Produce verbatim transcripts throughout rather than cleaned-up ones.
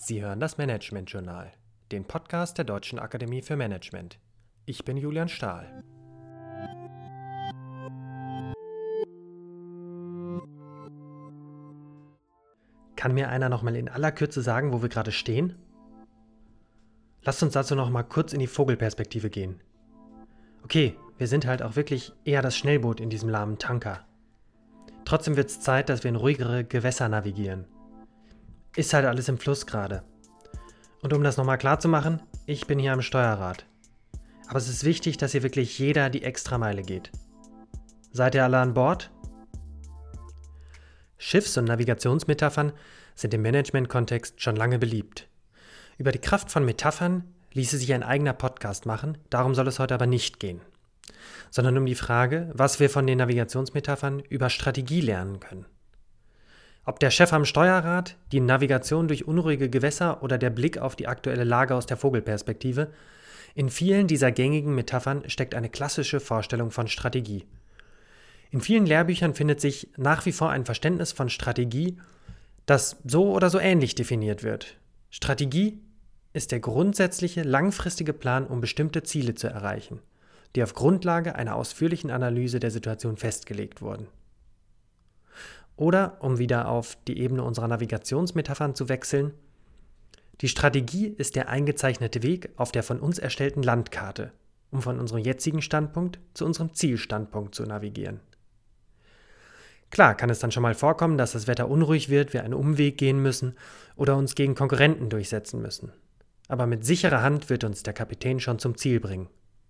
Sie hören das Management-Journal, den Podcast der Deutschen Akademie für Management. Ich bin Julian Stahl. Kann mir einer noch mal in aller Kürze sagen, wo wir gerade stehen? Lasst uns dazu noch mal kurz in die Vogelperspektive gehen. Okay, wir sind halt auch wirklich eher das Schnellboot in diesem lahmen Tanker. Trotzdem wird es Zeit, dass wir in ruhigere Gewässer navigieren. Ist halt alles im Fluss gerade. Und um das nochmal klar zu machen, ich bin hier am Steuerrad. Aber es ist wichtig, dass hier wirklich jeder die Extrameile geht. Seid ihr alle an Bord? Schiffs- und Navigationsmetaphern sind im Management-Kontext schon lange beliebt. Über die Kraft von Metaphern ließe sich ein eigener Podcast machen, darum soll es heute aber nicht gehen. Sondern um die Frage, was wir von den Navigationsmetaphern über Strategie lernen können. Ob der Chef am Steuerrad, die Navigation durch unruhige Gewässer oder der Blick auf die aktuelle Lage aus der Vogelperspektive, in vielen dieser gängigen Metaphern steckt eine klassische Vorstellung von Strategie. In vielen Lehrbüchern findet sich nach wie vor ein Verständnis von Strategie, das so oder so ähnlich definiert wird. Strategie ist der grundsätzliche, langfristige Plan, um bestimmte Ziele zu erreichen, die auf Grundlage einer ausführlichen Analyse der Situation festgelegt wurden. Oder, um wieder auf die Ebene unserer Navigationsmetaphern zu wechseln, die Strategie ist der eingezeichnete Weg auf der von uns erstellten Landkarte, um von unserem jetzigen Standpunkt zu unserem Zielstandpunkt zu navigieren. Klar kann es dann schon mal vorkommen, dass das Wetter unruhig wird, wir einen Umweg gehen müssen oder uns gegen Konkurrenten durchsetzen müssen. Aber mit sicherer Hand wird uns der Kapitän schon zum Ziel bringen.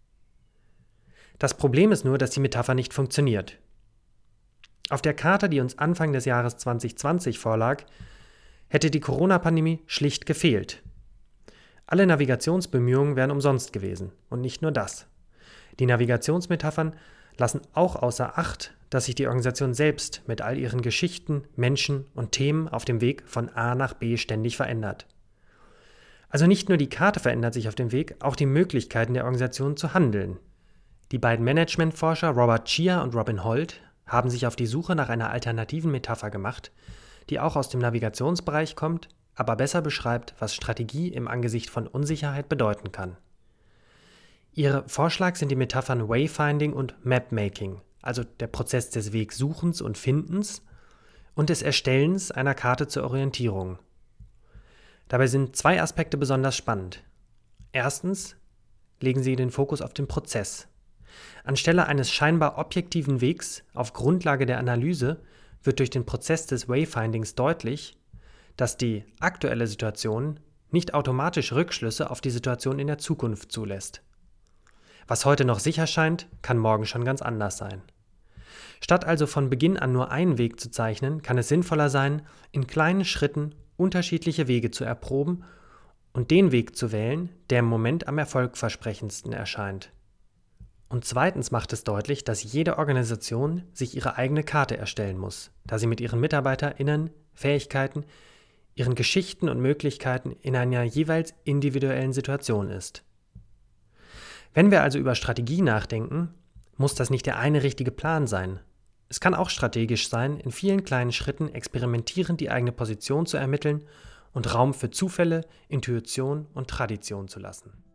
Das Problem ist nur, dass die Metapher nicht funktioniert. Auf der Karte, die uns Anfang des Jahres zwanzig zwanzig vorlag, hätte die Corona-Pandemie schlicht gefehlt. Alle Navigationsbemühungen wären umsonst gewesen. Und nicht nur das. Die Navigationsmetaphern lassen auch außer Acht, dass sich die Organisation selbst mit all ihren Geschichten, Menschen und Themen auf dem Weg von A nach B ständig verändert. Also nicht nur die Karte verändert sich auf dem Weg, auch die Möglichkeiten der Organisation zu handeln. Die beiden Managementforscher Robert Chia und Robin Holt haben sich auf die Suche nach einer alternativen Metapher gemacht, die auch aus dem Navigationsbereich kommt, aber besser beschreibt, was Strategie im Angesicht von Unsicherheit bedeuten kann. Ihr Vorschlag sind die Metaphern Wayfinding und Mapmaking, also der Prozess des Wegsuchens und Findens und des Erstellens einer Karte zur Orientierung. Dabei sind zwei Aspekte besonders spannend. Erstens legen sie den Fokus auf den Prozess. Anstelle eines scheinbar objektiven Wegs auf Grundlage der Analyse wird durch den Prozess des Wayfindings deutlich, dass die aktuelle Situation nicht automatisch Rückschlüsse auf die Situation in der Zukunft zulässt. Was heute noch sicher scheint, kann morgen schon ganz anders sein. Statt also von Beginn an nur einen Weg zu zeichnen, kann es sinnvoller sein, in kleinen Schritten unterschiedliche Wege zu erproben und den Weg zu wählen, der im Moment am erfolgversprechendsten erscheint. Und zweitens macht es deutlich, dass jede Organisation sich ihre eigene Karte erstellen muss, da sie mit ihren MitarbeiterInnen, Fähigkeiten, ihren Geschichten und Möglichkeiten in einer jeweils individuellen Situation ist. Wenn wir also über Strategie nachdenken, muss das nicht der eine richtige Plan sein. Es kann auch strategisch sein, in vielen kleinen Schritten experimentierend die eigene Position zu ermitteln und Raum für Zufälle, Intuition und Tradition zu lassen.